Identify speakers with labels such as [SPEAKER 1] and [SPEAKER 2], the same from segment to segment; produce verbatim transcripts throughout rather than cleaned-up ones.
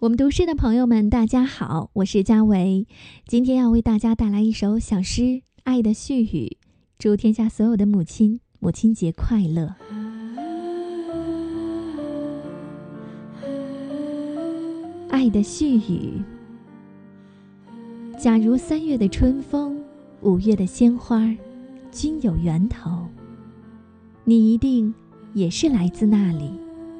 [SPEAKER 1] 我们读诗的朋友们，大家好，我是佳维，今天要为大家带来一首小诗《爱的絮语》，祝天下所有的母亲母亲节快乐。爱的絮语。假如三月的春风，五月的鲜花均有源头，你一定也是来自那里。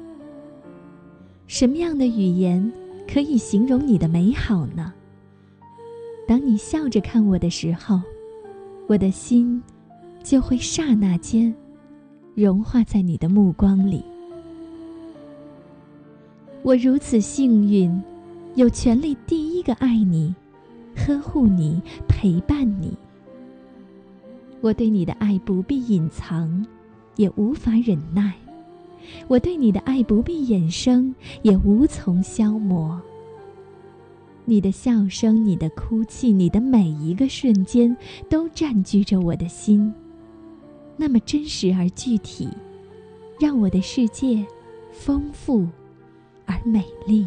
[SPEAKER 1] 什么样的语言可以形容你的美好呢？当你笑着看我的时候，我的心就会刹那间融化在你的目光里。我如此幸运，有权利第一个爱你，呵护你，陪伴你。我对你的爱不必隐藏，也无法忍耐。我对你的爱不必掩声，也无从消磨。你的笑声，你的哭泣，你的每一个瞬间都占据着我的心，那么真实而具体，让我的世界丰富而美丽。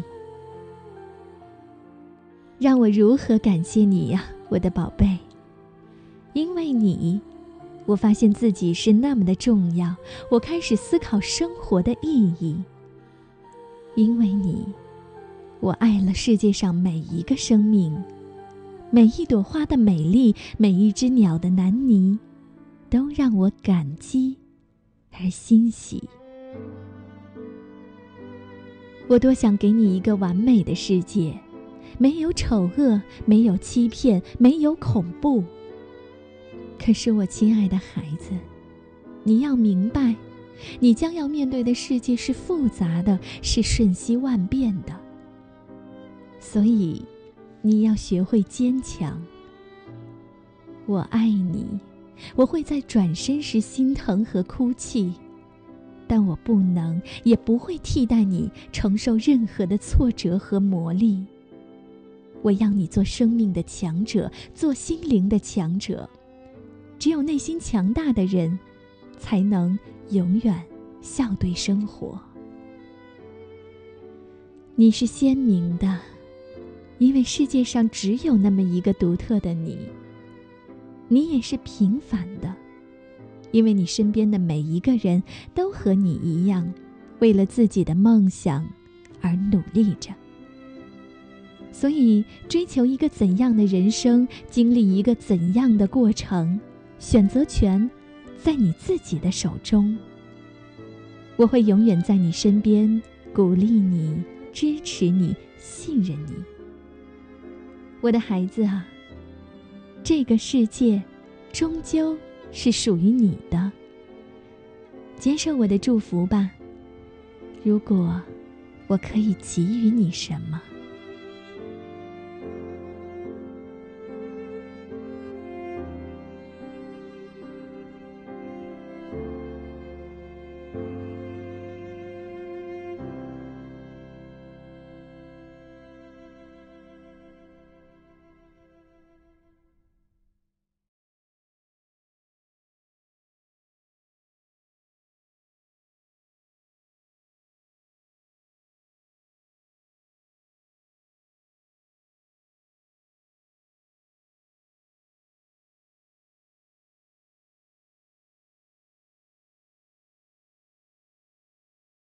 [SPEAKER 1] 让我如何感谢你呀，我的宝贝。因为你，我发现自己是那么的重要，我开始思考生活的意义。因为你，我爱了世界上每一个生命，每一朵花的美丽，每一只鸟的南泥，都让我感激而欣喜。我多想给你一个完美的世界，没有丑恶，没有欺骗，没有恐怖。可是我亲爱的孩子，你要明白，你将要面对的世界是复杂的，是瞬息万变的。所以你要学会坚强。我爱你，我会在转身时心疼和哭泣，但我不能也不会替代你承受任何的挫折和磨砺。我要你做生命的强者，做心灵的强者。只有内心强大的人，才能永远笑对生活。你是鲜明的，因为世界上只有那么一个独特的你。你也是平凡的，因为你身边的每一个人都和你一样，为了自己的梦想而努力着。所以追求一个怎样的人生，经历一个怎样的过程，选择权在你自己的手中。我会永远在你身边，鼓励你，支持你，信任你。我的孩子啊，这个世界终究是属于你的。接受我的祝福吧。如果我可以给予你什么？